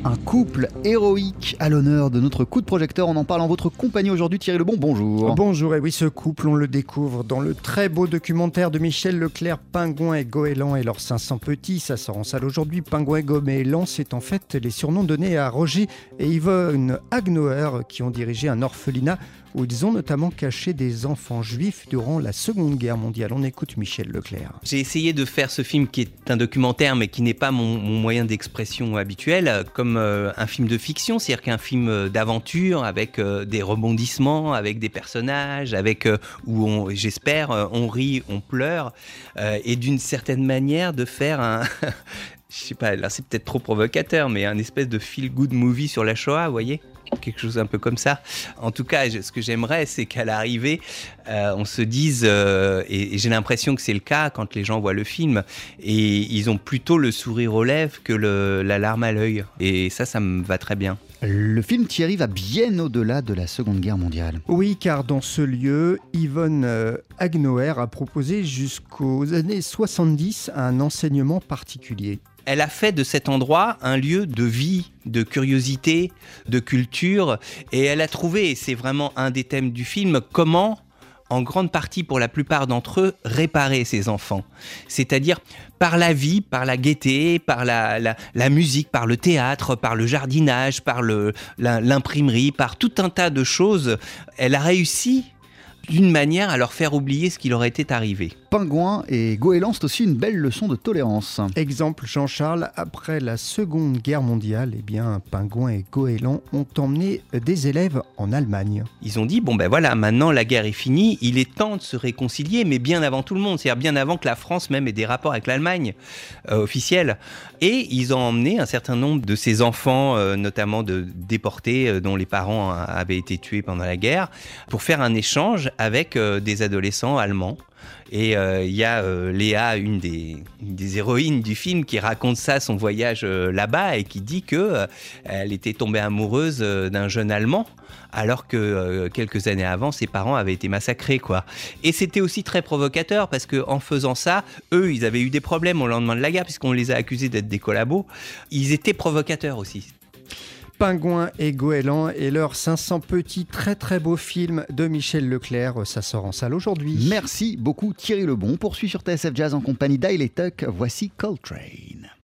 Un couple héroïque à l'honneur de notre coup de projecteur. On en parle en votre compagnie aujourd'hui. Thierry Lebon, bonjour. Bonjour, et oui, ce couple, on le découvre dans le très beau documentaire de Michel Leclerc, Pingouin et Goéland et leurs 500 petits. Ça sort en salle aujourd'hui. Pingouin et Goéland, c'est en fait les surnoms donnés à Roger et Yvonne Hagenauer qui ont dirigé un orphelinat où ils ont notamment caché des enfants juifs durant la Seconde Guerre mondiale. On écoute Michel Leclerc. J'ai essayé de faire ce film qui est un documentaire mais qui n'est pas mon moyen d'expression habituel comme un film de fiction, c'est-à-dire qu'un film d'aventure avec des rebondissements, avec des personnages, avec où j'espère, on rit, on pleure et d'une certaine manière de faire un... Je sais pas, là c'est peut-être trop provocateur, mais un espèce de feel-good movie sur la Shoah, vous voyez ? Quelque chose un peu comme ça. En tout cas, ce que j'aimerais, c'est qu'à l'arrivée, on se dise, et j'ai l'impression que c'est le cas quand les gens voient le film, et ils ont plutôt le sourire aux lèvres que la larme à l'œil. Et ça me va très bien. Le film, Thierry, va bien au-delà de la Seconde Guerre mondiale. Oui, car dans ce lieu, Yvonne Hagenauer a proposé jusqu'aux années 70 un enseignement particulier. Elle a fait de cet endroit un lieu de vie, de curiosité, de culture, et elle a trouvé, et c'est vraiment un des thèmes du film, comment, en grande partie pour la plupart d'entre eux, réparer ces enfants. C'est-à-dire par la vie, par la gaieté, par la musique, par le théâtre, par le jardinage, par l'imprimerie, par tout un tas de choses. Elle a réussi d'une manière à leur faire oublier ce qui leur était arrivé. Pingouin et Goéland, c'est aussi une belle leçon de tolérance. Exemple Jean-Charles, après la Seconde Guerre mondiale, Pingouin et Goéland ont emmené des élèves en Allemagne. Ils ont dit, maintenant la guerre est finie, il est temps de se réconcilier, mais bien avant tout le monde, c'est-à-dire bien avant que la France même ait des rapports avec l'Allemagne officiels. Et ils ont emmené un certain nombre de ces enfants, notamment de déportés dont les parents avaient été tués pendant la guerre, pour faire un échange avec des adolescents allemands. Et il y a Léa, une des héroïnes du film, qui raconte ça, son voyage là-bas, et qui dit qu'elle était tombée amoureuse d'un jeune Allemand, alors que quelques années avant, ses parents avaient été massacrés, quoi. Et c'était aussi très provocateur, parce qu'en faisant ça, eux, ils avaient eu des problèmes au lendemain de la guerre, puisqu'on les a accusés d'être des collabos. Ils étaient provocateurs aussi. Pingouin et Goéland et leurs 500 petits très très beaux films de Michel Leclerc, ça sort en salle aujourd'hui. Merci beaucoup Thierry Lebon. On poursuit sur TSF Jazz en compagnie d'Ailey Tuck. Voici Coltrane.